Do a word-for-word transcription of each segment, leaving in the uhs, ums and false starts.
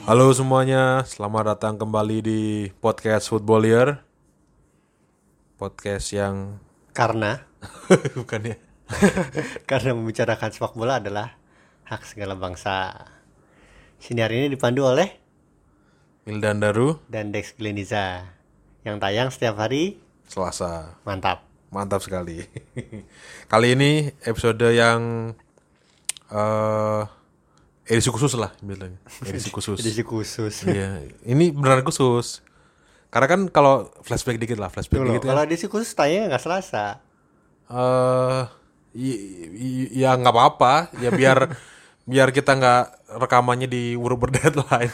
Halo semuanya, selamat datang kembali di podcast Footballier. Podcast yang Karena bukan ya. karena membicarakan sepak bola adalah hak segala bangsa. Sini hari ini dipandu oleh Mildan Daru, dan Dex Gleniza yang tayang setiap hari. Selasa. Mantap. Mantap sekali. Kali ini episode yang eh edisi khusus lah bilangnya. Edisi khusus. Edisi khusus. Iya, ini beneran khusus. Karena kan kalau flashback dikit lah, flashback Tuh loh, dikit kalau kan. edisi khusus tayangnya nggak Selasa. Eh i- i- ya nggak apa-apa, ya biar biar kita nggak rekamannya di urut berdeadline.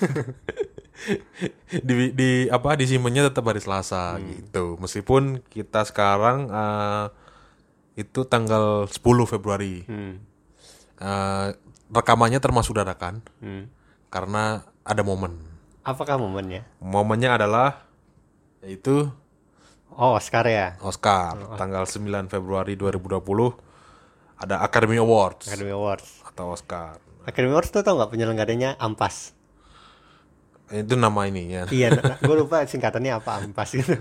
di di apa disimpannya tetap hari Selasa gitu. Meskipun kita sekarang eh, itu tanggal sepuluh Februari. Hmm. Eh, rekamannya termasuk dadakan Hmm. karena ada momen. Apakah momennya? Momennya adalah yaitu Oh, Oscar ya. Oscar tanggal sembilan Februari dua ribu dua puluh ada Academy Awards Academy Awards. atau Oscar. Academy Awards tuh tau nggak penyelenggaranya Ampas? Itu nama ini ya. Iya, gue lupa singkatannya apa Ampas gitu.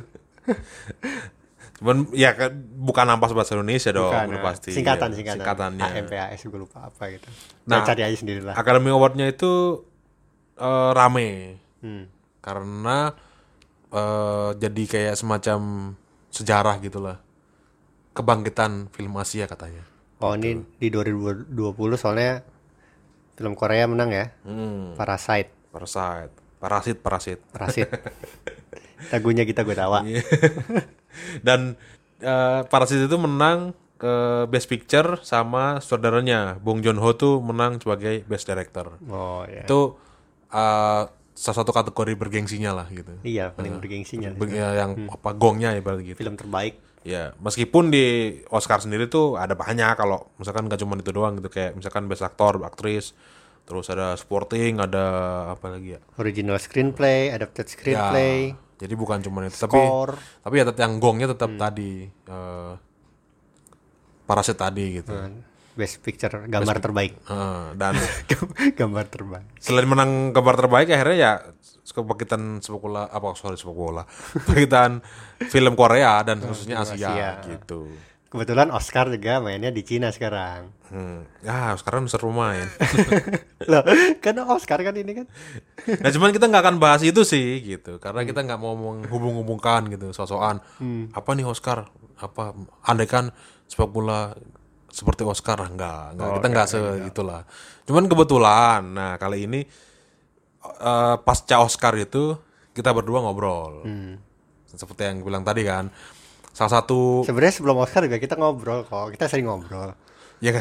Cuman ya kan, bukan Ampas bahasa Indonesia dong, Bukan, udah nah. pasti. Singkatan, Ya, singkatan. Singkatannya. A M P A S gue lupa apa gitu. Nah, Nah, cari aja sendiri lah. Academy Award-nya itu eh, rame Hmm. karena eh, jadi kayak semacam sejarah gitulah. Kebangkitan film Asia katanya. Oh, ini di dua ribu dua puluh soalnya film Korea menang ya. Hmm, Parasite. Parasite, Parasit, Parasit. Parasit. Lagunya kita gue tawa. Iya. Dan eh, Parasit itu menang ke Best Picture sama saudaranya Bong Joon-ho tuh menang sebagai Best Director. Oh ya. Itu eh, salah satu kategori bergengsinya lah gitu. Iya, paling bergengsinya. Be- ya, yang apa gongnya ibarat gitu. Film terbaik. Ya, meskipun di Oscar sendiri tuh ada banyak kalau misalkan gak cuma itu doang gitu kayak misalkan Best Actor, Aktris, terus ada Supporting, ada apa lagi ya? Original screenplay, adapted screenplay, Ya, jadi bukan cuma itu, tapi score. tapi ya tetap yang gongnya tetap tadi eh, Parasit tadi gitu. Best picture, gambar terbaik. Eh, dan Gambar terbaik. selain menang gambar terbaik akhirnya ya kebangkitan sepak bola apa sorry sepak bola kebangkitan film Korea dan khususnya film Asia, Asia. gitu. Kebetulan Oscar juga mainnya di Cina sekarang. Hmm. Ya sekarang seru main. Loh, kan Oscar kan ini kan. Nah cuman kita nggak akan bahas itu sih gitu karena kita nggak mau menghubung-hubungkan gitu sosokan apa nih Oscar apa andai kan sepak bola seperti Oscar lah nggak nggak Oh, kita nggak segitulah. Cuman kebetulan nah kali ini eh, pasca Oscar itu kita berdua ngobrol seperti yang bilang tadi kan salah satu Sebenarnya sebelum Oscar juga kita ngobrol kok. Kita sering ngobrol. ya kan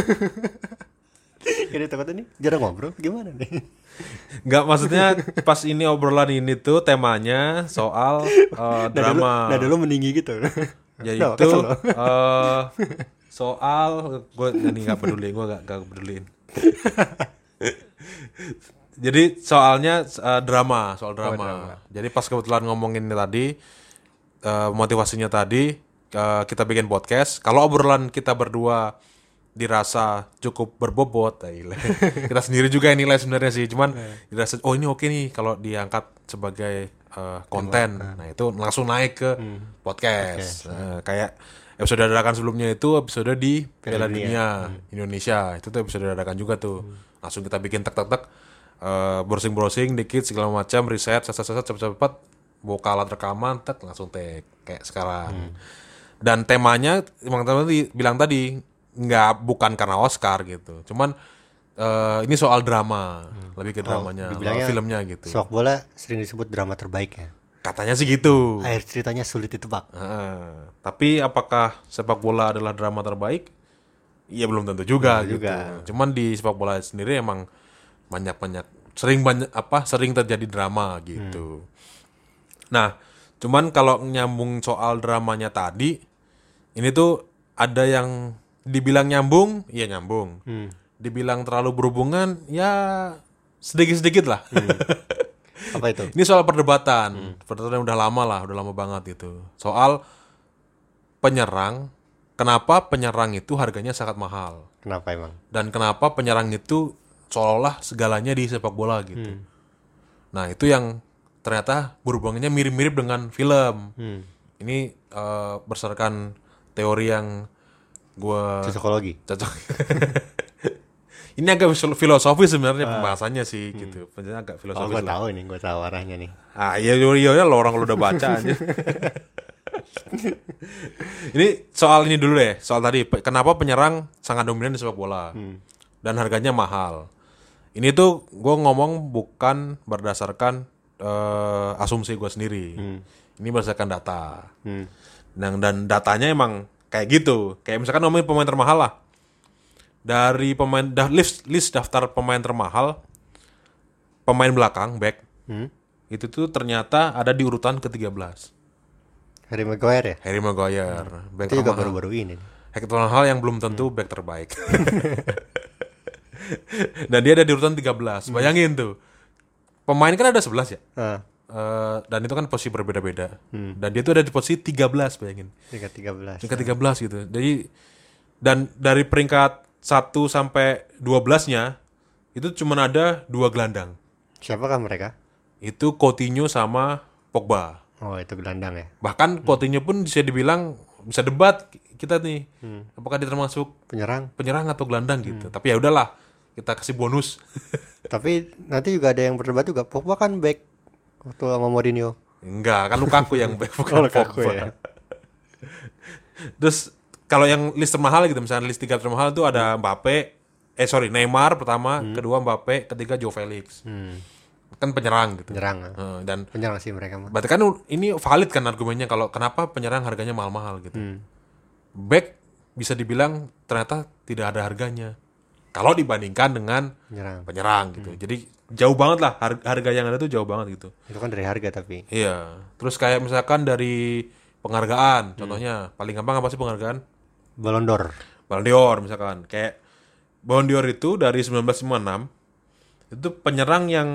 Jadi takutnya nih jarang ngobrol gimana nih? nggak maksudnya pas ini obrolan ini tuh temanya soal eh, drama. Nah dulu meninggi gitu. Yaitu Loh, kesel loh. eh, soal gue ini nggak peduli gue nggak nggak peduliin. Jadi soalnya eh, drama soal drama. drama. Jadi pas kebetulan ngomongin ini tadi eh, motivasinya tadi eh, kita bikin podcast. Kalau obrolan kita berdua dirasa cukup berbobot, eh, gila. Kita sendiri juga yang nilai sebenarnya sih. Cuman dirasa oh ini oke nih kalau diangkat sebagai eh, konten. Nah itu langsung naik ke podcast. Eh, kayak episode dadakan sebelumnya itu episode di Piala Dunia Indonesia. Itu tuh episode dadakan juga tuh. Langsung kita bikin tek tek tek eh, browsing-browsing dikit segala macam, riset, set-set cepet-cepet, bawa alat rekaman, tek langsung take kayak sekarang. Dan temanya emang tadi bilang tadi nggak bukan karena Oscar gitu. Cuman eh, ini soal drama, lebih ke dramanya, dibilangnya filmnya gitu. Sepak bola sering disebut drama terbaik ya. Katanya sih gitu. Akhir ceritanya sulit ditebak. Heeh. Tapi apakah sepak bola adalah drama terbaik? Iya belum tentu juga Belum gitu. juga. Cuman di sepak bola sendiri emang banyak-banyak sering banyak apa sering terjadi drama gitu. Nah, cuman kalau nyambung soal dramanya tadi, ini tuh ada yang dibilang nyambung, iya nyambung. Dibilang terlalu berhubungan, ya sedikit-sedikit lah. Apa itu? Ini soal perdebatan, perdebatan yang udah lama lah, udah lama banget itu. Soal penyerang, kenapa penyerang itu harganya sangat mahal? Kenapa emang? Dan kenapa penyerang itu seolah-olah segalanya di sepak bola gitu. Nah itu yang ternyata berhubungannya mirip-mirip dengan film. Hmm. Ini eh, berdasarkan teori yang gue Psikologi. cocok. Ini agak filosofi sebenarnya pembahasannya sih gitu. Sebenarnya agak Oh, filosofis gue lah. tahu nih, gue tahu arahnya nih. Ah iya iya iya lo orang lo udah baca aja. Ini soal ini dulu deh, soal tadi pe- kenapa penyerang sangat dominan di sepak bola dan harganya mahal. Ini tuh gue ngomong bukan berdasarkan eh, asumsi gue sendiri. Ini berdasarkan data. Hmm. Dan, dan datanya emang kayak gitu. Kayak misalkan ngomongin pemain termahal lah. Dari pemain dah, list list daftar pemain termahal, pemain belakang back Hmm. itu tuh ternyata ada di urutan ke tiga belas. Harry Maguire ya? Harry Maguire, back Itu juga termahal. baru-baru ini. Hector Hall yang belum tentu back terbaik. Dan dia ada di urutan tiga belas. Bayangin tuh. Pemain kan ada sebelas ya. Ah, Eh, dan itu kan posisi berbeda-beda. Dan dia tuh ada di posisi tiga belas, bayangin. tingkat tiga belas. Peringkat tiga belas gitu. Jadi dan dari peringkat satu sampai dua belas-nya itu cuma ada dua gelandang. Siapakah mereka? Itu Coutinho sama Pogba. Oh, itu gelandang ya. Bahkan Coutinho pun bisa dibilang bisa debat kita nih. Apakah dia termasuk Penyerang. penyerang atau gelandang gitu. Tapi ya udahlah, kita kasih bonus. Tapi nanti juga ada yang berdebat juga. Pogba kan back waktu sama Mourinho. Enggak, kan Lukaku yang back bukan Oh, Lukaku Pogba. ya. Terus kalau yang list termahal gitu, misalnya list tiga termahal itu ada Mbappe, eh sorry Neymar pertama, kedua Mbappe, ketiga Joe Felix. Hmm. Kan penyerang gitu. Penyerang. ah. Eh, dan Penyerang sih mereka mah. berarti kan ini valid kan argumennya kalau kenapa penyerang harganya mahal-mahal gitu. Hmm. Back bisa dibilang ternyata tidak ada harganya kalau dibandingkan dengan Penyerang. penyerang gitu. Jadi jauh banget lah harga, harga yang ada tuh jauh banget gitu. Itu kan dari harga tapi. Iya. Terus kayak misalkan dari penghargaan, contohnya paling gampang apa sih penghargaan? Ballon d'Or. Ballon d'Or misalkan. Kayak Ballon d'Or itu dari sembilan belas lima puluh enam itu penyerang yang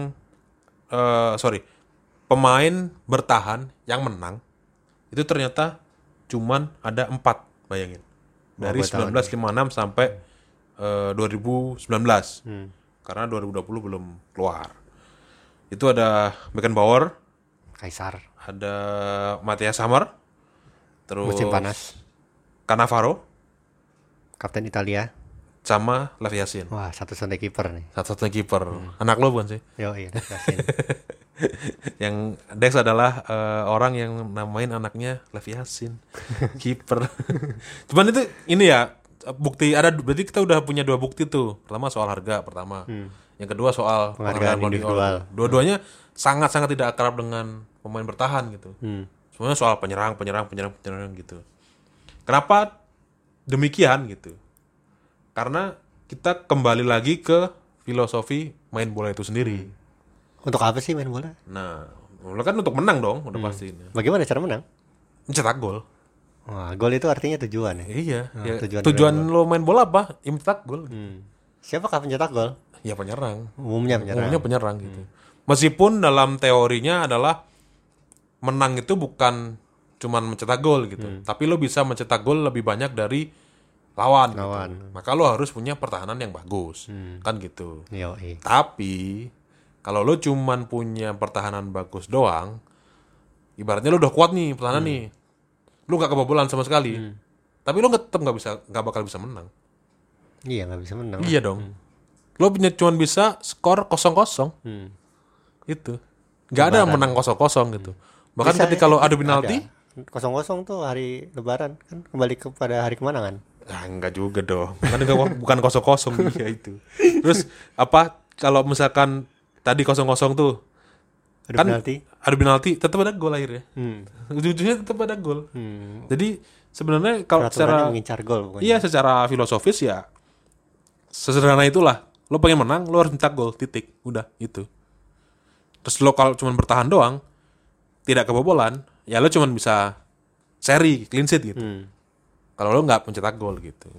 eh sorry pemain bertahan yang menang itu ternyata cuman ada empat, bayangin. Dari gua tahu sembilan belas lima puluh enam sampai eh, dua ribu sembilan belas. Hmm. Karena dua ribu dua puluh belum keluar. Itu ada Beckenbauer, Kaisar. ada Matthias Sammer, terus Musim panas. Cannavaro, Kapten Italia. sama Lev Yashin. Wah, satu-satunya kiper nih. Satu-satunya kiper. Anak lo bukan sih? Yo, iya, Yasin. Yang Dex adalah eh, orang yang namain anaknya Lev Yashin. Kiper. Cuman itu ini ya bukti ada, berarti kita udah punya dua bukti tuh. Pertama soal harga pertama. Yang kedua soal Penghargaan penghargaan Ballon d'Or. individual. Dua-duanya sangat-sangat tidak akrab dengan pemain bertahan gitu. Hmm. Semuanya soal penyerang, penyerang, penyerang, penyerang gitu. Kenapa demikian gitu? Karena kita kembali lagi ke filosofi main bola itu sendiri. Untuk apa sih main bola? Nah, bola kan untuk menang dong, udah pasti. Bagaimana cara menang? Mencetak gol. Wah, gol itu artinya tujuan ya. Iya. ya, tujuan tujuan lo main bola apa? Ya mencetak gol. Hmm. Siapakah pencetak gol? Ya penyerang. Umumnya penyerang. Umumnya penyerang gitu. Meskipun dalam teorinya adalah menang itu bukan cuman mencetak gol gitu, tapi lo bisa mencetak gol lebih banyak dari lawan. Lawan. Gitu. Maka lo harus punya pertahanan yang bagus, kan gitu. Yo, iya. Tapi kalau lo cuman punya pertahanan bagus doang, ibaratnya lo udah kuat nih pertahanan nih, lo nggak kebobolan sama sekali, tapi lo tetap nggak bisa, nggak bakal bisa menang. Iya, nggak bisa menang. Iya dong. Lo punya cuman bisa skor kosong kosong, Hmm. itu nggak ada menang kosong kosong gitu. Bahkan Bisa, ketika lo ada. adu penalti, Kosong-kosong tuh hari Lebaran kan kembali kepada hari kemenangan. ah enggak juga dong. Kan itu bukan kosong kosong dia itu. Terus apa kalau misalkan tadi kosong kosong tuh Adu kan penalti. adu penalti tetap ada gol akhirnya. Hmm. Ujung-ujungnya tetap ada gol. Hmm. Jadi sebenarnya kalau Peraturannya secara mengincar gol pokoknya. iya secara filosofis ya sesederhana itulah. Lo pengen menang, lo harus mencetak gol, titik. Udah, itu. Terus lo kalau cuma bertahan doang, tidak kebobolan, ya lo cuma bisa seri, clean sheet gitu. Hmm. Kalau lo nggak mencetak gol gitu.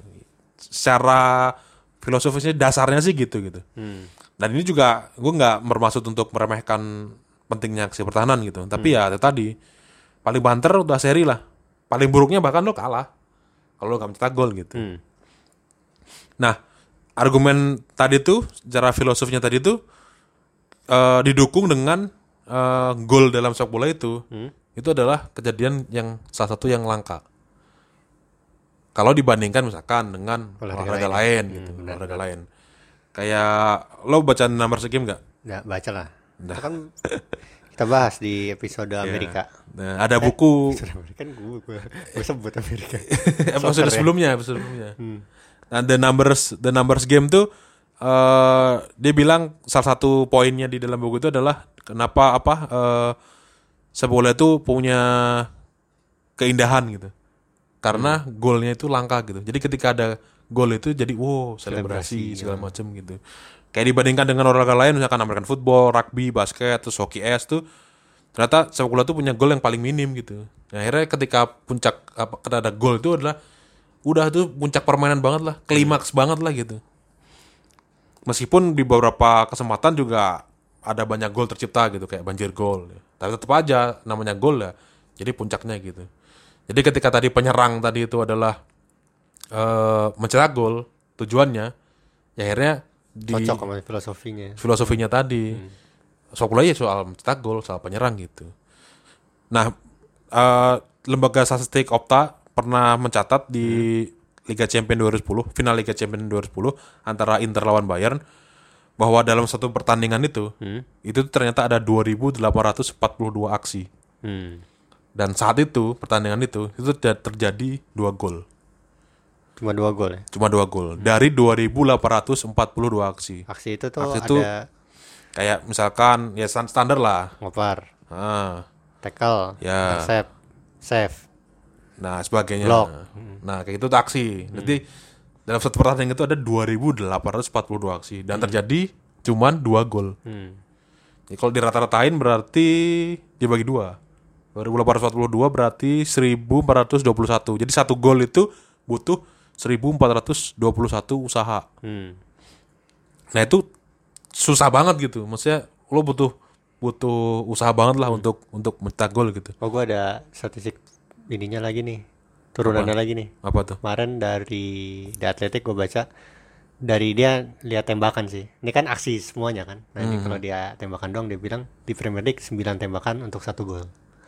Secara filosofisnya dasarnya sih gitu gitu. Hmm. Dan ini juga gue nggak bermaksud untuk meremehkan pentingnya aksi pertahanan gitu. Tapi ya itu tadi paling banter udah seri lah. Paling buruknya bahkan lo kalah kalau lo nggak mencetak gol gitu. Hmm. Nah argumen tadi tuh secara filosofisnya tadi tuh uh, didukung dengan uh, gol dalam sepak bola itu, Hmm? itu adalah kejadian yang salah satu yang langka. Kalau dibandingkan misalkan dengan Olahraga olahraga lain, lain, ya? gitu, Hmm, benar, olahraga lain. Kayak lo baca Numbers Game nggak? Nggak baca lah. Itu kan kita bahas di episode Iya. Amerika. Nah, ada buku Episode Amerika kan gue, gue, gue sebut Amerika. episode Soccer ya? sebelumnya, episode sebelumnya. Hmm. Nah, the numbers the numbers game tuh eh dia bilang salah satu poinnya di dalam buku itu adalah kenapa apa eh sepak bola itu punya keindahan gitu. Karena Hmm. golnya itu langka gitu. Jadi ketika ada gol itu jadi wow, selebrasi Selebrasi, segala ya. macam gitu. Kayak dibandingkan dengan olahraga lain misalkan American football, rugby, basket, terus hoki es tuh ternyata sepak bola tuh punya gol yang paling minim gitu. Nah, akhirnya ketika puncak apa ketika ada gol itu adalah udah tuh puncak permainan banget lah, klimaks banget lah gitu. Meskipun di beberapa kesempatan juga ada banyak gol tercipta gitu kayak banjir gol. Tapi tetap aja namanya gol ya. Jadi puncaknya gitu. Jadi ketika tadi penyerang tadi itu adalah eh mencetak gol tujuannya, ya akhirnya di Cocok sama filosofinya. filosofinya tadi. Sepak bola ya soal mencetak gol, soal penyerang gitu. Nah, eh, lembaga statistik Opta pernah mencatat di Liga Champions dua ribu sepuluh, final Liga Champions dua ribu sepuluh antara Inter lawan Bayern bahwa dalam satu pertandingan itu, Hmm? itu ternyata ada dua ribu delapan ratus empat puluh dua aksi. Hmm. Dan saat itu, pertandingan itu, itu ter- terjadi dua gol. Cuma dua gol ya. Cuma dua gol. Dari dua ribu delapan ratus empat puluh dua aksi. Aksi itu tuh Aksi itu ada kayak misalkan, ya stan- standar lah. ngoper, Ah, tackle, Ya. intercept, save. nah, sebagainya. Blok. Nah, kayak itu tuh aksi. Nanti dalam satu pertandingan itu ada dua ribu delapan ratus empat puluh dua aksi. Dan terjadi cuman dua gol. Hmm. Jadi kalau dirata-ratain berarti dibagi dua. dua ribu delapan ratus empat puluh dua berarti seribu empat ratus dua puluh satu. Jadi satu gol itu butuh seribu empat ratus dua puluh satu usaha. Hmm. Nah itu susah banget gitu. Maksudnya lo butuh butuh usaha banget lah untuk untuk mencetak gol gitu. Oh, gue ada statistik ininya lagi nih. Turunannya lagi nih. Apa tuh? Kemarin dari The Athletic gue baca, dari dia lihat tembakan sih. Ini kan aksi semuanya kan. Nah, ini kalau dia tembakan doang dia bilang di Premier League sembilan tembakan untuk satu gol.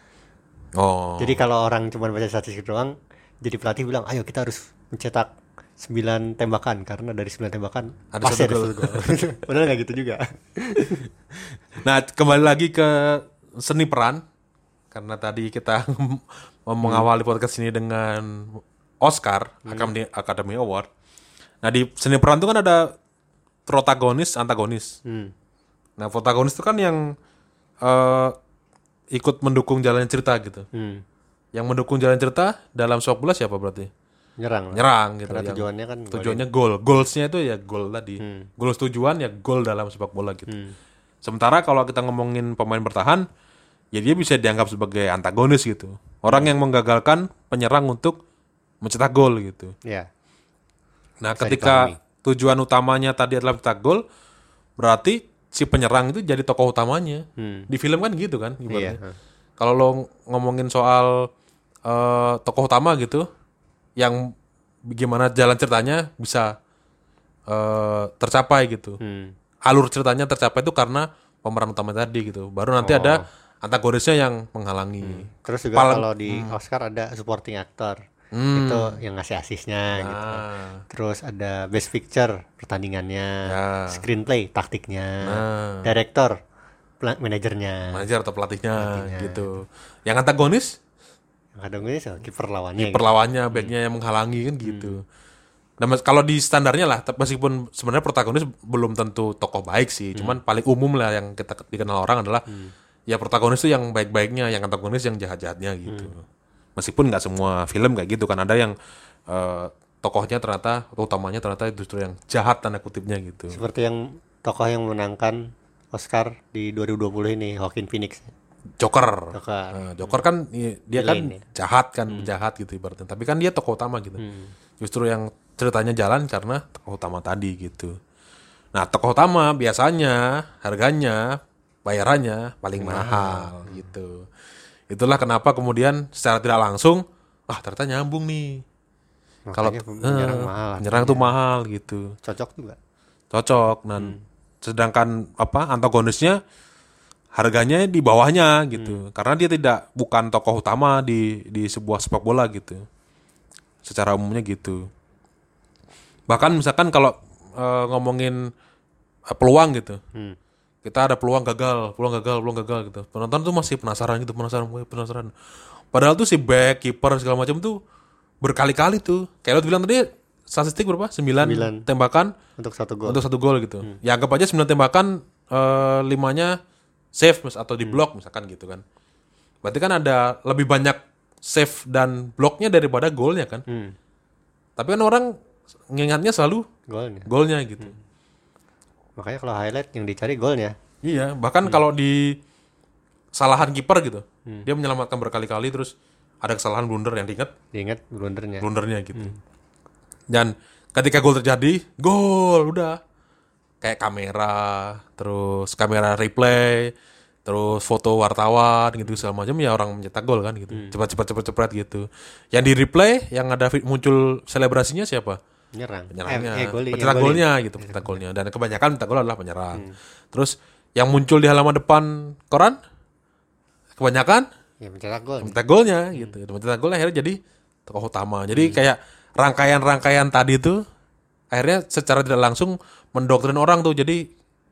Oh. Jadi kalau orang cuma baca statistik doang, jadi pelatih bilang, "Ayo kita harus mencetak sembilan tembakan karena dari sembilan tembakan Ada pasti satu ada gol." satu gol." Padahal nggak gitu juga. Nah, kembali lagi ke seni peran karena tadi kita mau mengawali podcast ini dengan Oscar, Academy, Academy Award. Nah, di seni peran itu kan ada protagonis, antagonis. Hmm. Nah, protagonis itu kan yang eh, ikut mendukung jalan cerita gitu. Hmm. Yang mendukung jalan cerita dalam sepak bola siapa berarti? Nyerang lah. Nyerang gitu. Karena Yang tujuannya kan golin. tujuannya gol. Goalsnya itu ya gol tadi. Hmm. Goals tujuan ya gol dalam sepak bola gitu. Hmm. Sementara kalau kita ngomongin pemain bertahan, ya dia bisa dianggap sebagai antagonis gitu. Orang yang menggagalkan penyerang untuk mencetak gol gitu. Ya. Nah, Bisa ketika dipahami. tujuan utamanya tadi adalah mencetak gol, berarti si penyerang itu jadi tokoh utamanya. Hmm. Di film kan gitu kan Iya. ibaratnya. Kalau lo ngomongin soal eh, tokoh utama gitu, yang gimana jalan ceritanya bisa eh, tercapai gitu. Hmm. Alur ceritanya tercapai itu karena pemeran utama tadi gitu. Baru nanti Oh. ada antagonisnya yang menghalangi. Terus juga Paling- kalau di Oscar ada supporting actor. Hmm. Itu yang ngasih asisnya gitu. Nah, Terus ada best picture pertandingannya, Ya. screenplay taktiknya, Nah. director pla- manajernya. manajer atau pelatihnya, Pelatihnya. gitu. Yang antagonis Yang kadang ini so, kiper lawannya. gitu. perlawannya, backnya yang menghalangi kan gitu. Nah, mas- kalau di standarnya lah, te- meskipun sebenarnya protagonis belum tentu tokoh baik sih, cuman paling umum lah yang kita ke- dikenal orang adalah ya protagonis itu yang baik-baiknya, yang antagonis yang jahat-jahatnya gitu. Meskipun nggak semua film kayak gitu kan, ada yang eh, tokohnya ternyata atau utamanya ternyata justru yang jahat tanda kutipnya gitu. Seperti yang tokoh yang menangkan Oscar di dua ribu dua puluh ini, Joaquin Phoenix. Joker. Joker. Nah, Joker kan i- dia kan Villain ya. jahat kan, penjahat gitu ibaratnya. Tapi kan dia tokoh utama gitu. Justru yang ceritanya jalan karena tokoh utama tadi gitu. Nah, tokoh utama biasanya harganya, bayarannya paling mahal gitu. Itulah kenapa kemudian secara tidak langsung, ah ternyata nyambung nih. Kalau Makanya penyerang eh, mahal. penyerang tuh mahal gitu. Cocok juga. Cocok. Dan sedangkan apa antagonisnya harganya di bawahnya gitu. Hmm. Karena dia tidak bukan tokoh utama di di sebuah sepak bola gitu. Secara umumnya gitu. Bahkan misalkan kalau e, ngomongin e, peluang gitu. Hmm. Kita ada peluang gagal, peluang gagal, peluang gagal gitu. Penonton tuh masih penasaran gitu, penasaran, penasaran. Padahal tuh si back, kiper segala macam tuh berkali-kali tuh. Kayak lo bilang tadi statistik berapa? sembilan tembakan untuk satu gol. Untuk satu gol gitu. Hmm. Ya anggap aja sembilan tembakan e, limanya save atau di blok hmm. misalkan gitu kan. Berarti kan ada lebih banyak save dan bloknya daripada golnya kan. Hmm. Tapi kan orang ngingatnya selalu golnya, golnya gitu. Hmm. Makanya kalau highlight yang dicari golnya. Iya, bahkan hmm. kalau di kesalahan kiper gitu, hmm. dia menyelamatkan berkali-kali terus ada kesalahan blunder yang diingat. Diingat blundernya. Blundernya gitu. Hmm. Dan ketika gol terjadi, gol udah. Kayak kamera, terus kamera replay, terus foto wartawan gitu segala macam ya orang mencetak gol kan gitu. Hmm. Cepat-cepat cepat-cepat gitu. Yang di replay yang ada muncul selebrasinya siapa? Penyerang. Penyerangnya. Eh, eh, goli, pencetak eh, golnya gitu, pencetak golnya. Dan kebanyakan pencetak gol adalah penyerang. Hmm. Terus yang muncul di halaman depan koran kebanyakan ya pencetak gol. Pencetak golnya hmm. gitu. Pencetak golnya akhirnya jadi tokoh utama. Jadi hmm. kayak rangkaian-rangkaian tadi tuh akhirnya secara tidak langsung mendoktrin orang tuh. Jadi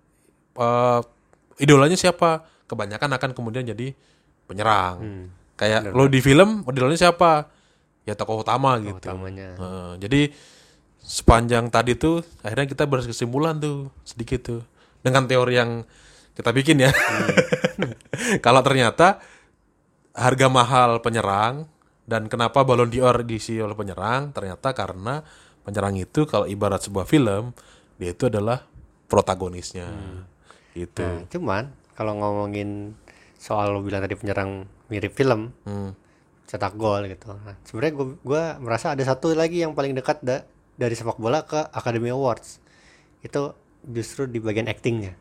uh, idolanya siapa? Kebanyakan akan kemudian jadi penyerang. Hmm. Kayak lo di film idolanya siapa? Ya tokoh utama tokoh gitu. Uh, jadi sepanjang tadi tuh akhirnya kita berkesimpulan tuh sedikit tuh dengan teori yang kita bikin ya. Hmm. Kalau ternyata harga mahal penyerang dan kenapa Ballon d'Or diisi oleh penyerang ternyata karena penyerang itu kalau ibarat sebuah film dia itu adalah protagonisnya. Hmm. Gitu. Nah, cuman kalau ngomongin soal lo bilang tadi penyerang mirip film, hmm. cetak gol gitu. Nah, sebenarnya gue gue merasa ada satu lagi yang paling dekat da, dari sepak bola ke Academy Awards. Itu justru di bagian actingnya.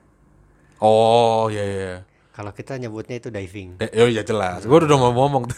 Oh iya iya. Kalau kita nyebutnya itu diving. Eh, oh iya jelas. Hmm. Gue udah mau ngomong.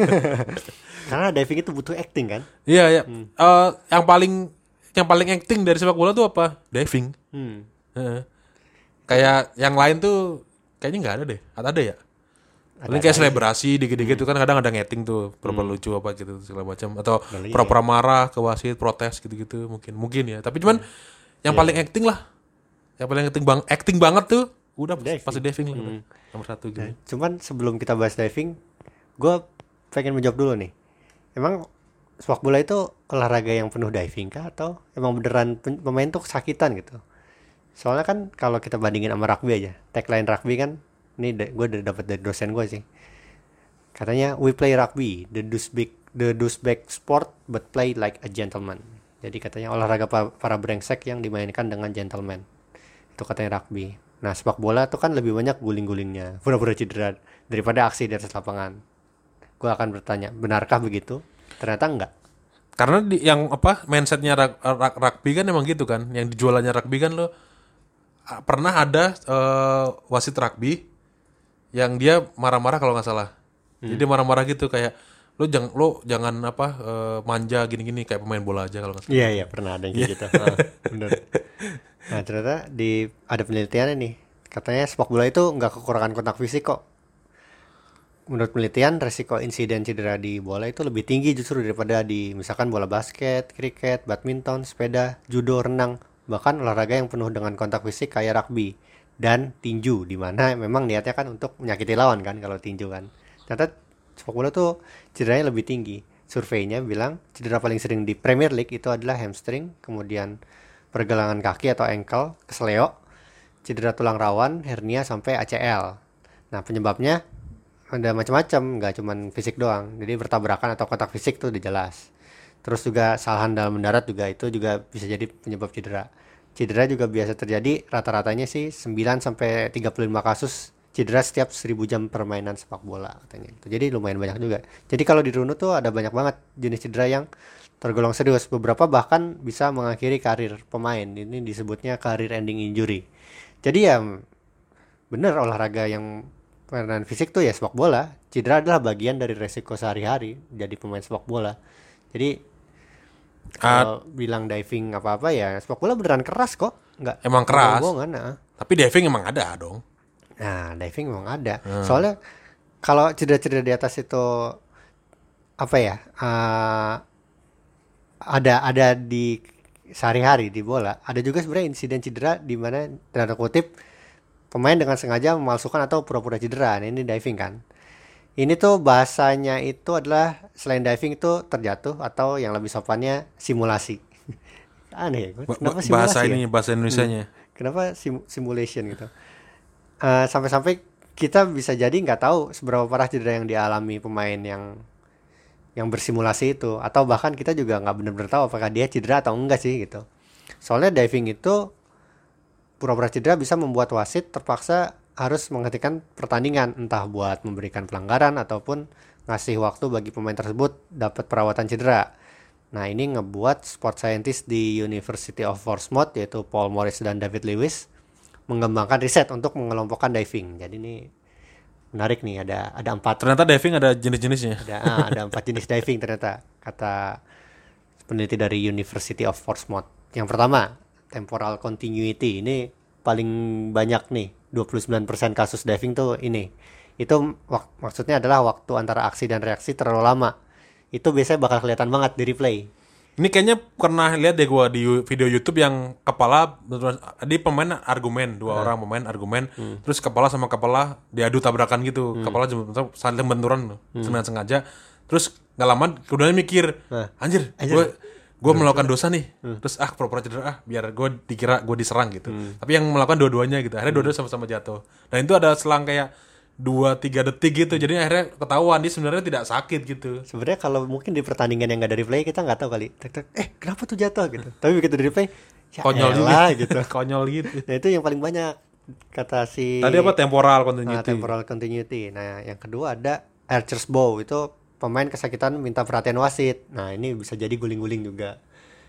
Karena diving itu butuh acting kan? Iya iya. Hmm. Uh, yang paling yang paling acting dari sepak bola tuh apa? Diving. Hmm. Uh, kayak yang lain tuh kayaknya nggak ada deh. Atau ada ya? Paling kayak selebrasi dikit-dikit tuh hmm. kan kadang ada ngetting tuh, pura-pura hmm. lucu apa gitu segala macam atau pura-pura marah ke wasit, protes gitu-gitu mungkin mungkin ya. Tapi cuman hmm. yang yeah. paling acting lah, yang paling acting bang, acting banget tuh udah diving. Pasti diving lah hmm. nomor satu gitu. Nah, cuman sebelum kita bahas diving, gue pengen menjawab dulu nih. Emang sepak bola itu olahraga yang penuh diving kah atau emang beneran pemain tuh kesakitan gitu? Soalnya kan kalau kita bandingin sama rugby aja, tagline rugby kan. Ini gue udah dapat dari dosen gue sih. Katanya we play rugby, the douchebag, the douchebag sport, but play like a gentleman. Jadi katanya olahraga pa- para brengsek yang dimainkan dengan gentleman. Itu katanya rugby. Nah sepak bola tuh kan lebih banyak guling-gulingnya, pura-pura cedera daripada aksi di atas lapangan. Gue akan bertanya, benarkah begitu? Ternyata enggak. Karena di, yang apa mindsetnya rug, rug, rugby kan emang gitu kan. Yang dijualannya rugby kan lo pernah ada uh, wasit rugby yang dia marah-marah kalau nggak salah, hmm. jadi dia marah-marah gitu kayak lo jangan lo jangan apa uh, manja gini-gini kayak pemain bola aja kalau nggak salah. Iya iya pernah ada yang kayak gitu. Ah, bener. Nah ternyata di ada penelitiannya nih, katanya sepak bola itu nggak kekurangan kontak fisik kok. Menurut penelitian resiko insiden cedera di bola itu lebih tinggi justru daripada di misalkan bola basket, kriket, badminton, sepeda, judo, renang, bahkan olahraga yang penuh dengan kontak fisik kayak rugby. Dan tinju, di mana memang niatnya kan untuk menyakiti lawan kan kalau tinju kan. Ternyata sepak bola tuh cederanya lebih tinggi. Surveinya bilang cedera paling sering di Premier League itu adalah hamstring, kemudian pergelangan kaki atau ankle, kesleo, cedera tulang rawan, hernia sampai A C L. Nah penyebabnya ada macam-macam, nggak cuma fisik doang. Jadi bertabrakan atau kontak fisik tuh udah jelas. Terus juga kesalahan dalam mendarat juga itu juga bisa jadi penyebab cedera. Cedera juga biasa terjadi rata-ratanya sih sembilan sampai tiga puluh lima kasus cedera setiap seribu jam permainan sepak bola katanya. Jadi lumayan banyak juga. Jadi kalau dirunut tuh ada banyak banget jenis cedera yang tergolong serius. Beberapa bahkan bisa mengakhiri karir pemain. Ini disebutnya career ending injury. Jadi ya bener olahraga yang permainan fisik tuh ya sepak bola. Cedera adalah bagian dari resiko sehari-hari jadi pemain sepak bola. Jadi kalau uh, bilang diving apa-apa ya sepak bola beneran keras kok, nggak emang keras. Nah. Tapi diving emang ada dong. Nah, diving memang ada. Hmm. Soalnya kalau cedera-cedera di atas itu apa ya? Uh, ada ada di sehari-hari di bola. Ada juga sebenarnya insiden cedera di mana tanda kutip pemain dengan sengaja memalsukan atau pura-pura cedera. Nah, ini diving kan. Ini tuh bahasanya itu adalah selain diving itu terjatuh atau yang lebih sopannya simulasi. Aneh ya. Kenapa simulasi? Bahasa ya? ini bahasa Indonesianya. Hmm. Kenapa sim- simulation gitu? Uh, sampai-sampai kita bisa jadi nggak tahu seberapa parah cedera yang dialami pemain yang yang bersimulasi itu, atau bahkan kita juga nggak benar-benar tahu apakah dia cedera atau enggak sih gitu. Soalnya diving itu pura-pura cedera bisa membuat wasit terpaksa harus menghentikan pertandingan, entah buat memberikan pelanggaran ataupun ngasih waktu bagi pemain tersebut dapat perawatan cedera. Nah, ini ngebuat sport scientist di University of Portsmouth yaitu Paul Morris dan David Lewis mengembangkan riset untuk mengelompokkan diving. Jadi ini menarik nih, ada ada empat. Ternyata diving ada jenis-jenisnya. Ada ah, ada empat jenis diving ternyata kata peneliti dari University of Portsmouth. Yang pertama, temporal continuity. Ini paling banyak nih, dua puluh sembilan persen kasus diving tuh ini. Itu wak- maksudnya adalah waktu antara aksi dan reaksi terlalu lama. Itu biasanya bakal kelihatan banget di replay. Ini kayaknya pernah lihat deh gue di video YouTube yang kepala, di pemain argumen, dua hmm. orang pemain argumen, hmm. terus kepala sama kepala diadu tabrakan gitu, hmm. kepala saling benturan, hmm. sengaja, terus nggak lama kemudian mikir, hmm. anjir, gue gue melakukan dosa nih, hmm. terus ah pura-pura cedera ah biar gue dikira gue diserang gitu, hmm. tapi yang melakukan dua-duanya gitu, akhirnya hmm. dua-dua sama-sama jatuh, dan itu ada selang kayak dua tiga detik gitu, jadi akhirnya ketahuan dia sebenarnya tidak sakit gitu. Sebenarnya kalau mungkin di pertandingan yang nggak dari play kita nggak tahu kali, eh kenapa tuh jatuh gitu, tapi begitu dari play ya konyol elah, gitu, konyol gitu. Nah itu yang paling banyak kata si tadi apa temporal continuity. Nah, temporal continuity. Nah yang kedua ada archer's bow, itu pemain kesakitan minta perhatian wasit. Nah ini bisa jadi guling-guling juga.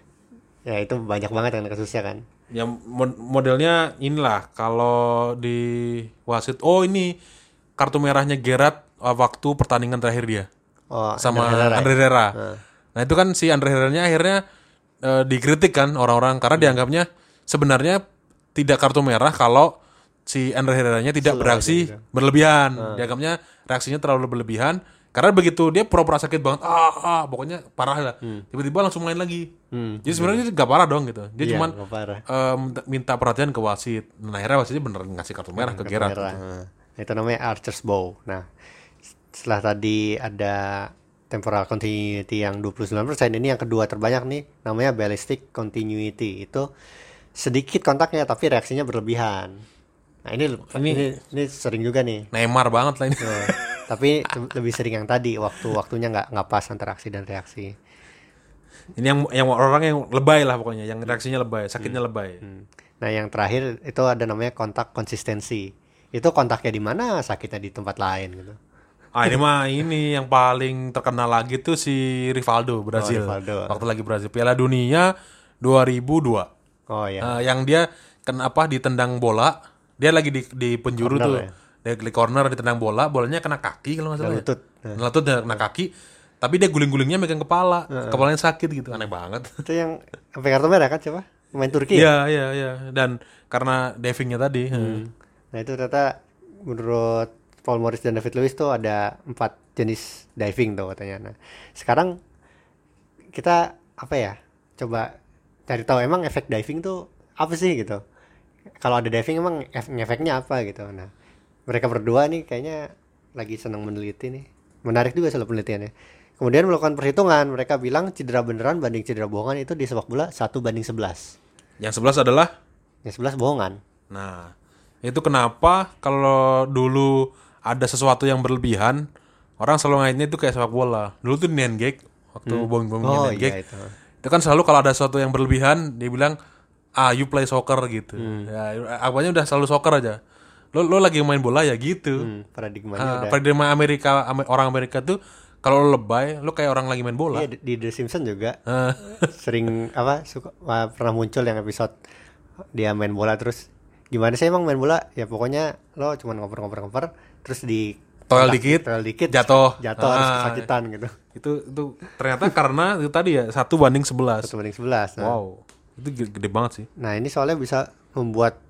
Ya itu banyak banget kan kasusnya kan. Ya modelnya inilah kalau di wasit, oh ini kartu merahnya Gerrard waktu pertandingan terakhir dia oh, sama Andre Herrera. Nah. nah itu kan si Andre Herrera akhirnya e, dikritik kan orang-orang karena hmm. dianggapnya sebenarnya tidak kartu merah kalau si Andre Herrera-nya tidak Selalu bereaksi gitu. berlebihan. Hmm. Dianggapnya reaksinya terlalu berlebihan karena begitu dia pura-pura sakit banget, ah, ah pokoknya parah lah. Hmm. Tiba-tiba langsung main lagi. Hmm. Jadi sebenarnya dia nggak parah dong gitu. Dia iya, cuma e, minta perhatian ke wasit. Nah akhirnya wasitnya beneran ngasih kartu merah hmm, ke Gerrard. Gitu. Itu namanya archer's bow. Nah, setelah tadi ada temporal continuity yang dua puluh sembilan persen, ini yang kedua terbanyak nih, namanya ballistic continuity. Itu sedikit kontaknya tapi reaksinya berlebihan. Nah, ini ini ini, ini sering juga nih. Neymar banget lah ini. Nah, tapi lebih sering yang tadi, waktu-waktunya nggak nggak pas antara aksi dan reaksi. Ini yang yang orang yang lebay lah pokoknya, yang reaksinya lebay, sakitnya hmm. lebay. Hmm. Nah, yang terakhir itu ada namanya kontak konsistensi. Itu kontaknya di mana, sakitnya di tempat lain gitu. Ah ini mah ini yang paling terkenal lagi tuh si Rivaldo Brazil. Oh, Rivaldo. Waktu lagi Brazil Piala Dunia dua ribu dua. Oh iya. Uh, yang dia kenapa ditendang bola, dia lagi di di penjuru corner, tuh. Ya? Dia di corner ditendang bola, bolanya kena kaki kalau enggak salah. Lutut. Ya. Lutut dan kena kaki. Tapi dia guling-gulingnya megang kepala, uh-uh. kepalanya sakit gitu, aneh banget. Itu yang sampai kartu merah kan siapa? Pemain Turki. Iya, iya, iya. Dan karena divingnya tadi. Hmm. Nah itu ternyata menurut Paul Morris dan David Lewis tuh ada empat jenis diving tuh katanya. Nah sekarang kita apa ya, coba cari tahu emang efek diving tuh apa sih gitu. Kalau ada diving emang efeknya apa gitu. Nah mereka berdua nih kayaknya lagi senang meneliti nih. Menarik juga soal penelitiannya. Kemudian melakukan perhitungan, mereka bilang cedera beneran banding cedera bohongan itu di sepak bola satu banding sebelas. Yang sebelas adalah? Yang sebelas bohongan. Nah itu kenapa kalau dulu ada sesuatu yang berlebihan, orang selalu ngaitnya itu kayak sepak bola. Dulu tuh Nengek, waktu hmm. bohong-bohongnya oh, Nengek, iya, itu. itu kan selalu kalau ada sesuatu yang berlebihan, dia bilang, ah you play soccer gitu. Hmm. Ya, apanya udah selalu soccer aja. Lo lo lagi main bola ya gitu. Hmm, paradigmanya uh, udah. Paradigma Amerika, orang Amerika tuh kalau lo lebay, lo kayak orang lagi main bola. Iya, di The Simpsons juga sering apa suka pernah muncul yang episode dia main bola terus. Gimana sih emang main bola? Ya pokoknya lo cuma ngoper-ngoper-ngoper terus di toel dikit, toel dikit jatuh, jatuh ah, harus kesakitan gitu. Itu itu ternyata karena itu tadi ya satu banding sebelas. Satu banding sebelas. Nah. Wow, itu gede, gede banget sih. Nah ini soalnya bisa membuat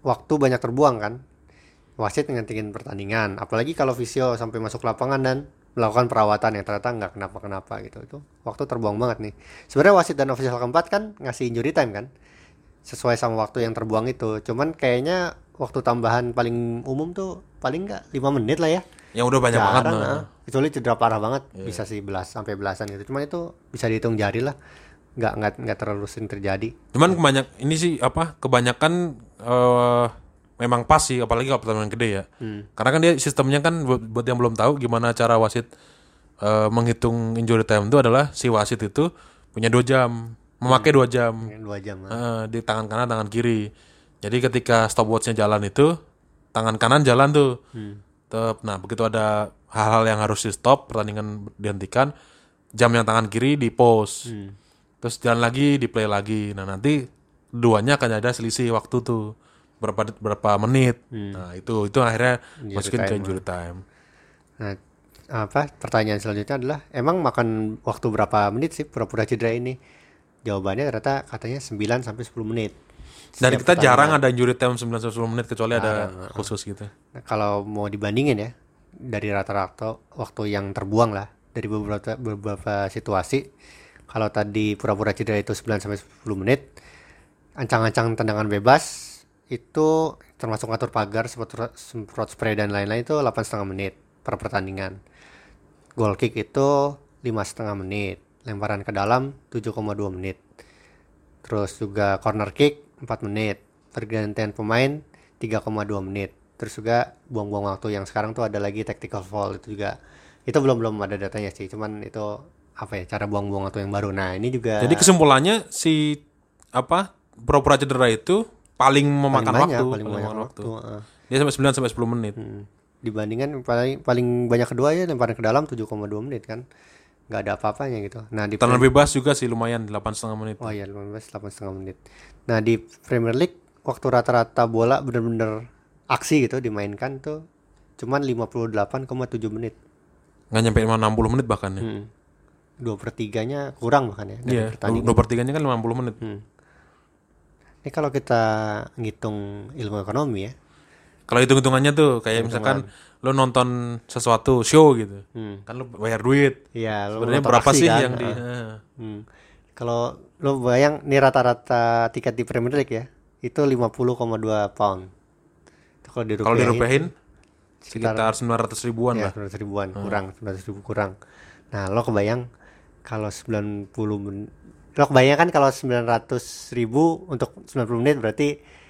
waktu banyak terbuang kan. Wasit ngentingin pertandingan, apalagi kalau visio sampai masuk lapangan dan melakukan perawatan yang ternyata nggak kenapa-kenapa gitu. Itu waktu terbuang banget nih. Sebenarnya wasit dan official keempat kan ngasih injury time kan, sesuai sama waktu yang terbuang itu. Cuman kayaknya waktu tambahan paling umum tuh paling nggak lima menit lah ya. Yang udah banyak banget Jarang, nah. ah. Kecuali cedera parah banget, Iya. bisa sih belas sampai belasan gitu. Cuman itu bisa dihitung jari lah, nggak nggak nggak terlalu sering terjadi. Cuman kebanyak ini sih apa kebanyakan eh memang pas sih, apalagi kalau pertandingan gede ya. Hmm. Karena kan dia sistemnya kan buat, buat yang belum tahu gimana cara wasit eh, menghitung injury time itu adalah si wasit itu punya dua jam, memakai dua jam Dua jam. ah. eh, di tangan kanan tangan kiri. Jadi ketika stopwatchnya jalan itu tangan kanan jalan tuh. Hmm. Tetep. Nah begitu ada hal-hal yang harus di stop, pertandingan dihentikan, jam yang tangan kiri di pause. Hmm. Terus jalan lagi, di play lagi. Nah nanti duanya akan ada selisih waktu tuh berapa berapa menit. Nah itu itu akhirnya Injury masukin ke time, injury time. Nah, apa pertanyaan selanjutnya adalah emang makan waktu berapa menit sih pura-pura cedera ini? Jawabannya ternyata katanya sembilan sampai sepuluh menit. Dan Setiap kita pertandingan. jarang ada injury time sembilan sampai sepuluh menit kecuali ada Jarang, khusus gitu. Nah, kalau mau dibandingin ya dari rata-rata waktu yang terbuang lah dari beberapa beberapa situasi, kalau tadi pura-pura cedera itu sembilan sampai sepuluh menit, ancang-ancang tendangan bebas itu termasuk ngatur pagar, semprot, semprot spray dan lain-lain itu delapan setengah menit per pertandingan. Goal kick itu lima setengah menit, lemparan ke dalam tujuh koma dua menit. Terus juga corner kick empat menit, pergantian pemain tiga koma dua menit. Terus juga buang-buang waktu yang sekarang tuh ada lagi tactical foul itu juga. Itu belum belum ada datanya sih, cuman itu apa ya cara buang-buang waktu yang baru. Nah, ini juga Jadi kesimpulannya si apa pura-pura cedera itu paling memakan paling banyak, waktu, paling banyak waktu. ah. Dia sampai sembilan sampai sepuluh menit. Hmm. Dibandingkan paling paling banyak kedua ya lemparan ke dalam tujuh koma dua menit kan. Nggak ada apa-apanya gitu. Nah, di Tendangan bebas juga sih lumayan delapan setengah menit. Oh iya, lima belas delapan setengah menit. Nah, di Premier League waktu rata-rata bola bener-bener aksi gitu dimainkan tuh cuman lima puluh delapan koma tujuh menit. Nggak nyampe enam puluh menit bahkan ya. Hmm. Dua per tiganya kurang bahkan ya dari Iya, pertandingan. dua per tiganya kan lima puluh menit. Hmm. Ini kalau kita ngitung ilmu ekonomi ya. Kalau hitung-hitungannya tuh kayak misalkan lo nonton sesuatu show gitu. Hmm. Kan lo bayar duit. Iya, lo Sebenarnya nonton berapa aksi sih kan? yang di Ah. eh. Hmm. Kalau lo bayang nih rata-rata tiket di Premier League ya, itu lima puluh koma dua pound. Itu kalau dirupiahin, Kalau dirupiahin sekitar- sekitar sembilan ratus ribuan ya lah. sembilan ratus ribuan kurang, sembilan ratus ribu kurang. Nah, lo kebayang kalau sembilan puluh menit, lo kebayang kan kalau sembilan ratus ribu untuk sembilan puluh menit berarti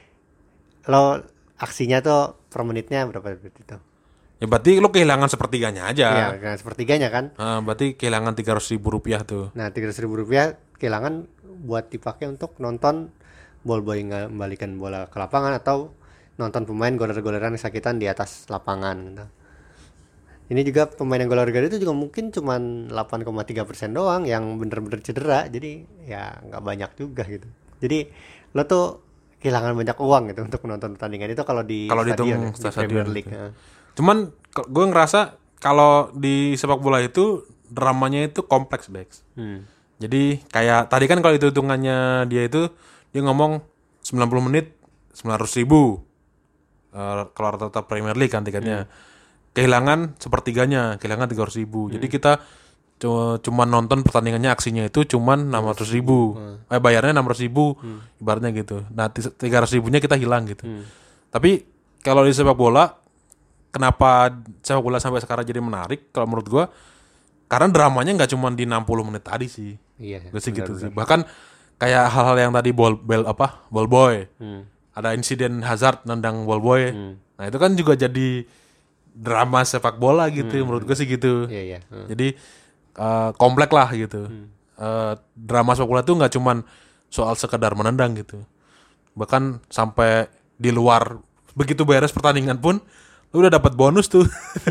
lo aksinya tuh per menitnya berapa berarti itu? Ya berarti lo kehilangan sepertiganya aja. Iya, kan sepertiganya kan. Ah, berarti kehilangan tiga ratus ribu rupiah tuh. Nah, tiga ratus ribu rupiah kehilangan buat dipakai untuk nonton ball boy ngembalikan bola ke lapangan atau nonton pemain goler-goleran kesakitan di atas lapangan gitu. Ini juga pemain yang goler-goler itu juga mungkin cuman delapan koma tiga persen doang yang bener-bener cedera. Jadi ya nggak banyak juga gitu. Jadi lo tuh kehilangan banyak uang gitu untuk menonton pertandingan itu kalau di Kalau dihitung stadion, ya, di stadion Premier gitu. League. ya. Cuman gue ngerasa kalau di sepak bola itu dramanya itu kompleks, Bex. Hmm. Jadi kayak tadi kan kalau itu hitungannya dia itu dia ngomong sembilan puluh menit sembilan ratus ribu. Uh, kalau rata-rata Premier League kan tiketnya. Kehilangan sepertiganya, kehilangan tiga ratus ribu. Jadi kita cu- cuman nonton pertandingannya aksinya itu cuman enam ratus ribu. Eh bayarnya enam ratus ribu ibaratnya gitu. Nah tiga ratus ribunya kita hilang gitu. Tapi kalau di sepak bola, kenapa sepak bola sampai sekarang jadi menarik kalau menurut gua? Karena dramanya nggak cuma di enam puluh menit tadi sih. Iya. Gue sih gitu sih. Bahkan kayak hal-hal yang tadi ball bell apa? Ball boy. Hmm. Ada insiden Hazard nendang ball boy. Hmm. Nah, itu kan juga jadi drama sepak bola gitu menurut gue sih gitu. Iya, iya. Hmm. Jadi uh, komplek lah gitu. Uh, drama sepak bola tuh nggak cuman soal sekedar menendang gitu. Bahkan sampai di luar begitu beres pertandingan pun lu udah dapat bonus tuh.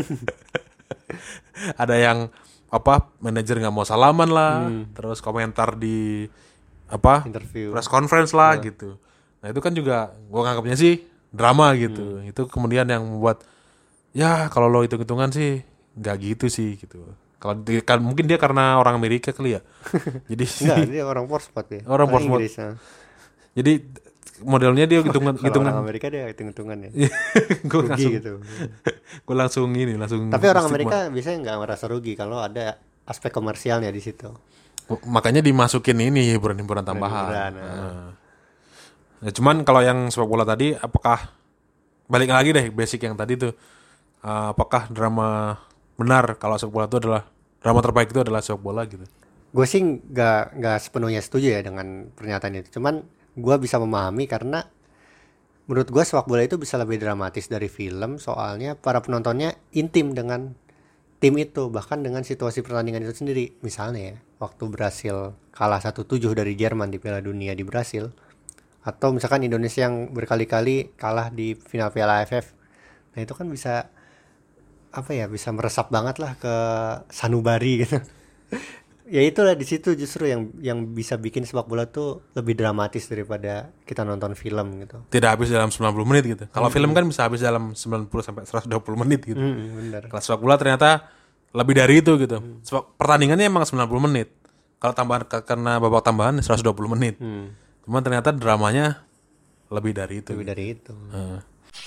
Ada yang apa manajer nggak mau salaman lah, terus komentar di apa Interview. press conference lah gitu. Nah itu kan juga gue nganggapnya sih drama gitu. Itu kemudian yang membuat ya kalau lo hitung-hitungan sih nggak gitu sih gitu. Kalau di- kan mungkin dia karena orang Amerika kali ya. Jadi Enggak, dia orang Portsmouth ya. Orang Portsmouth. Inggris. ya. jadi modelnya dia hitungan Kalau hitungan. orang Amerika dia hitung-hitungan ya. Gue Rugi langsung gitu. gue langsung ini langsung. Tapi orang stigma. Amerika biasanya nggak merasa rugi kalau ada aspek komersialnya di situ. Makanya dimasukin ini hiburan-hiburan tambahan. Hiburan, Nah. Ya, cuman kalau yang sepak bola tadi, apakah balik lagi deh basic yang tadi tuh, uh, apakah drama benar kalau sepak bola itu adalah drama terbaik itu adalah sepak bola gitu? Gue sih nggak nggak sepenuhnya setuju ya dengan pernyataan itu. Cuman gue bisa memahami karena menurut gue sepak bola itu bisa lebih dramatis dari film, soalnya para penontonnya intim dengan tim itu, bahkan dengan situasi pertandingan itu sendiri. Misalnya ya, waktu Brasil kalah satu tujuh dari Jerman di Piala Dunia di Brasil, atau misalkan Indonesia yang berkali-kali kalah di final Piala A F F. Nah itu kan bisa apa ya, bisa meresap banget lah ke sanubari gitu. Ya itulah di situ justru yang yang bisa bikin sepak bola tuh lebih dramatis daripada kita nonton film gitu. Tidak habis dalam sembilan puluh menit gitu. Kalau hmm. film kan bisa habis dalam sembilan puluh sampai seratus dua puluh menit gitu. Hmm, benar. Kalau sepak bola ternyata lebih dari itu gitu. Hmm. Sepak, pertandingannya emang sembilan puluh menit. Kalau tambahan karena babak tambahan seratus dua puluh menit. Hmm. Cuman ternyata dramanya lebih dari itu. Lebih dari itu. Uh.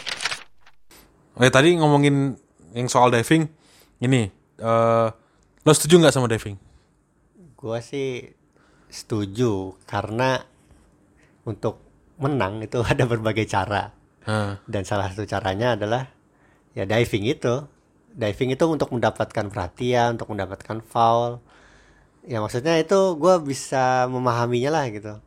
Oke, tadi ngomongin yang soal diving, ini uh, lo setuju nggak sama diving? Gua sih setuju karena untuk menang itu ada berbagai cara. Uh. Dan salah satu caranya adalah ya diving itu. Diving itu untuk mendapatkan perhatian, untuk mendapatkan foul. Ya maksudnya itu gue bisa memahaminya lah gitu.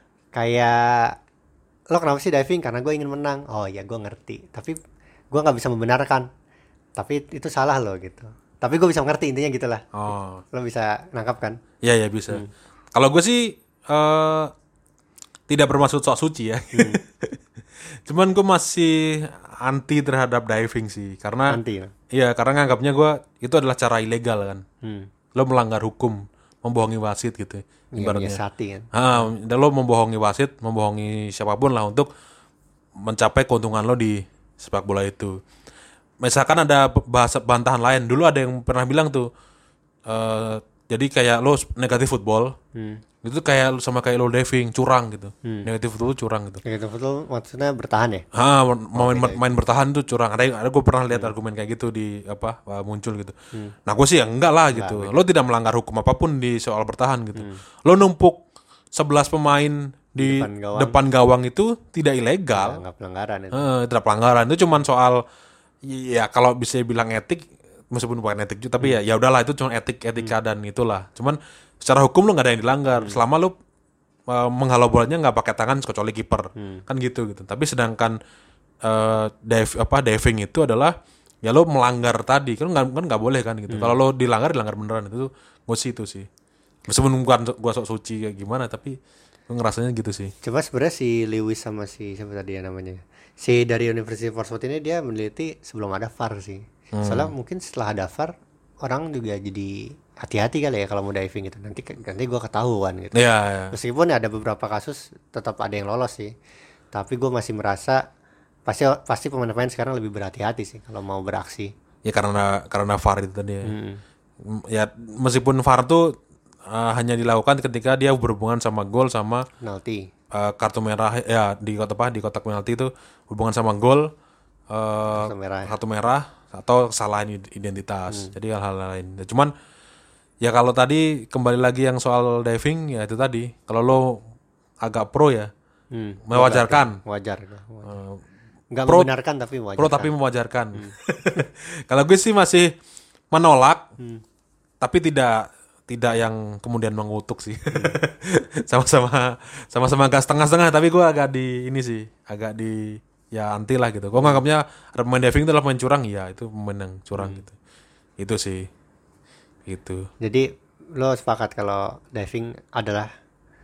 Kayak lo kenapa sih diving? Karena gue ingin menang. Oh ya gue ngerti. Tapi gue nggak bisa membenarkan. Tapi itu salah lo gitu. Tapi gue bisa mengerti intinya gitulah. Oh. Lo bisa nangkap kan? Iya ya bisa. Hmm. Kalau gue sih uh, tidak bermaksud sok suci ya. Hmm. Cuman gue masih anti terhadap diving sih. Karena anti ya? Iya karena nganggapnya gue itu adalah cara ilegal kan. Hmm. Lo melanggar hukum, membohongi wasit gitu. Ibaratnya. Ya, kan? Ah, dan lo membohongi wasit, membohongi siapapun lah untuk mencapai keuntungan lo di sepak bola itu. Misalkan ada bahasa bantahan lain, dulu ada yang pernah bilang tuh, uh, jadi kayak lo negatif football, hmm. itu kayak sama kayak lo diving, curang gitu. Hmm. Negatif football curang gitu. Negatif football maksudnya bertahan ya? Ah, main oh, main bertahan tuh curang. Ada ada gue pernah lihat hmm. argumen kayak gitu di apa muncul gitu. Hmm. Nah gue sih ya enggak lah enggak, gitu. Bener. Lo tidak melanggar hukum apapun di soal bertahan gitu. Hmm. Lo numpuk sebelas pemain di depan gawang, depan gawang itu tidak ilegal. Enggak pelanggaran itu. Eh, tidak pelanggaran. Itu cuman soal ya kalau bisa bilang etik, meskipun bukan etik juga, tapi hmm. ya ya udahlah itu cuma etik etika hmm. dan itulah. Cuman secara hukum lo nggak ada yang dilanggar. Hmm. Selama lo uh, menghalau bolanya nggak pakai tangan kecuali kiper, hmm. kan gitu gitu. Tapi sedangkan uh, dive apa diving itu adalah ya lo melanggar tadi kan nggak kan nggak boleh kan gitu. Hmm. Kalau lo dilanggar dilanggar beneran itu gue sih itu sih. Meskipun bukan gue sok suci kayak gimana, tapi gue ngerasanya gitu sih. Coba sebenarnya si Lewis sama si siapa tadi ya namanya, si dari University of Portsmouth ini dia meneliti sebelum ada V A R sih. Hmm. Soalnya mungkin setelah ada V A R orang juga jadi hati-hati kali ya kalau mau diving gitu. Nanti nanti gue ketahuan gitu. Yeah, yeah. Meskipun ada beberapa kasus tetap ada yang lolos sih. Tapi gue masih merasa pasti pasti pemain-pemain sekarang lebih berhati-hati sih kalau mau beraksi. Ya karena karena V A R itu tadi ya. Hmm. Ya meskipun V A R tuh uh, hanya dilakukan ketika dia berhubungan sama gol sama penalti. Uh, kartu merah ya di kotak apa di kotak penalti itu hubungan sama gol, uh, kartu merah, kartu merah atau kesalahan identitas. Hmm. Jadi hal-hal lain. Ya, cuman ya kalau tadi kembali lagi yang soal diving ya itu tadi kalau lo agak pro ya hmm, mewajarkan wajar, wajar. Uh, nggak pro, membenarkan tapi mewajarkan. Pro tapi mewajarkan. Hmm. Kalau gue sih masih menolak hmm. tapi tidak tidak yang kemudian mengutuk sih. Hmm. sama-sama sama-sama agak setengah-setengah tapi gue agak di ini sih agak di ya anti lah gitu. Gue nganggapnya pemain diving itu adalah pemain curang ya itu pemain yang curang hmm. gitu. Itu sih. Gitu. Jadi lo sepakat kalau diving adalah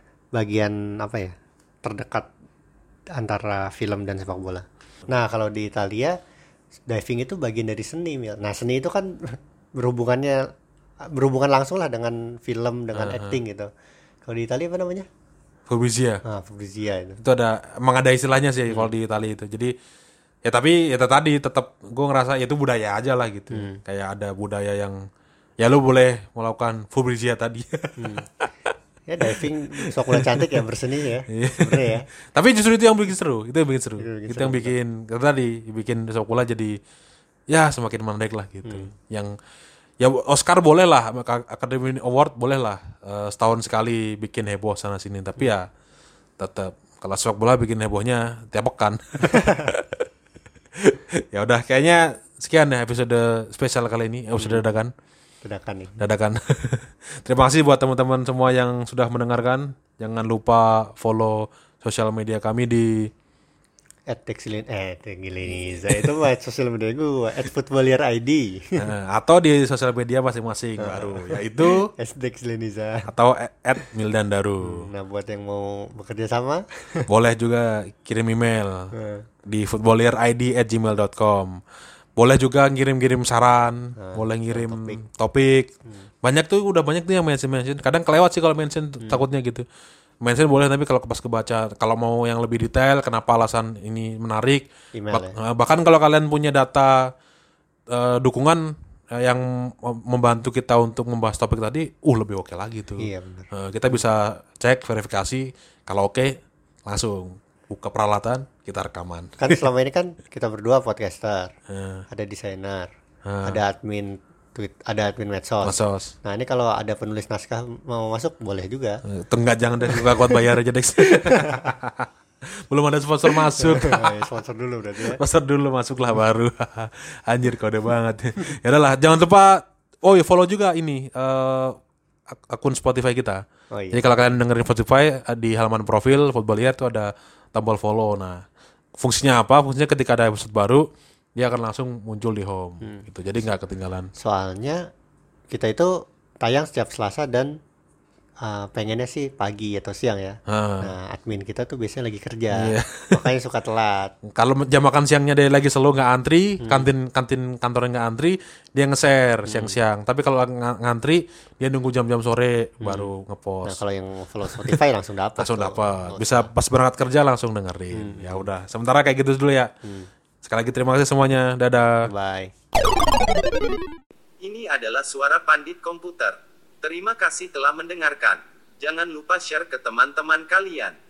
bagian apa ya terdekat antara film dan sepak bola. Nah kalau di Italia diving itu bagian dari seni, Mil. Nah seni itu kan berhubungannya berhubungan langsung lah dengan film dengan uh-huh. acting gitu. Kalau di Italia apa namanya? Fabrizia. Ah Fabrizia itu. Itu ada emang ada istilahnya sih hmm. kalau di Italia itu. Jadi ya tapi ya tadi tetap gue ngerasa ya itu budaya aja lah gitu. Hmm. Kayak ada budaya yang ya lu boleh melakukan Fabrizia tadi. hmm. Ya diving sepak bola cantik ya, berseni ya. Bener ya. Tapi justru itu yang bikin seru, itu yang bikin seru. Itu yang bikin Itu seru, yang bikin kata tadi bikin sepak bola jadi ya semakin menarik lah gitu. Hmm. Yang ya Oscar boleh lah, Academy Award boleh lah eh, setahun sekali bikin heboh sana sini. Tapi ya tetap kalau sepak bola bikin hebohnya tiap pekan. Ya udah kayaknya sekian ya episode spesial kali ini, episode dadakan. Dadakan nih. Dadakan. Terima kasih buat teman-teman semua yang sudah mendengarkan. Jangan lupa follow sosial media kami di At Dexilin eh Dexiliniza itu mah sosial media gua at footballier I D. Nah, atau di sosial media masing-masing baru yaitu at Dexiliniza. atau at Mildan Daru. Nah, buat yang mau bekerja sama Boleh juga kirim email eh, di footballerid at gmail dot com. Boleh juga ngirim-ngirim saran, boleh ngirim topik. Banyak tuh udah banyak tuh yang mention-mention. Kadang kelewat sih kalau mention takutnya gitu. Mention boleh tapi kalau pas kebaca kalau mau yang lebih detail kenapa alasan ini menarik. email Bah- ya. bahkan kalau kalian punya data eh, dukungan eh, yang membantu kita untuk membahas topik tadi, uh lebih oke lagi tuh. Iya benar. Eh, kita bisa cek verifikasi kalau oke langsung buka peralatan kita rekaman. Kan selama ini kan kita berdua podcaster, Eh, ada desainer, Ah. ada admin tweet, ada admin medsos. Masos. Nah, ini kalau ada penulis naskah mau masuk boleh juga. Eh, Enggak jangan deh gak kuat bayar aja Dex. Belum ada sponsor masuk. Eh, sponsor dulu berarti ya. Sponsor dulu masuklah baru. Anjir kode banget. Ya udahlah jangan lupa oh ya follow juga ini eh, ak- akun Spotify kita. Oh iya. Jadi kalau kalian dengerin Spotify eh, di halaman profil Footballier tuh ada tombol follow. Nah, fungsinya apa? Fungsinya ketika ada episode baru dia akan langsung muncul di home gitu. Jadi nggak ketinggalan. Soalnya kita itu tayang setiap Selasa dan uh, pengennya sih pagi atau siang ya. Ah. Nah, admin kita tuh biasanya lagi kerja. Iya. Makanya suka telat. Kalau jam makan siangnya dia lagi selalu nggak antri, kantin kantin kantornya nggak antri, dia nge-share siang-siang. Tapi kalau ng- ngantri, dia nunggu jam-jam sore baru Nah, ngepost. kalau yang follow Spotify langsung dapat. Langsung tuh. dapat. Bisa pas berangkat kerja langsung dengerin. Ya udah. Sementara kayak gitu dulu ya. Sekali lagi terima kasih semuanya. Dadah. Bye. Ini adalah suara Pandit Komputer. Terima kasih telah mendengarkan. Jangan lupa share ke teman-teman kalian.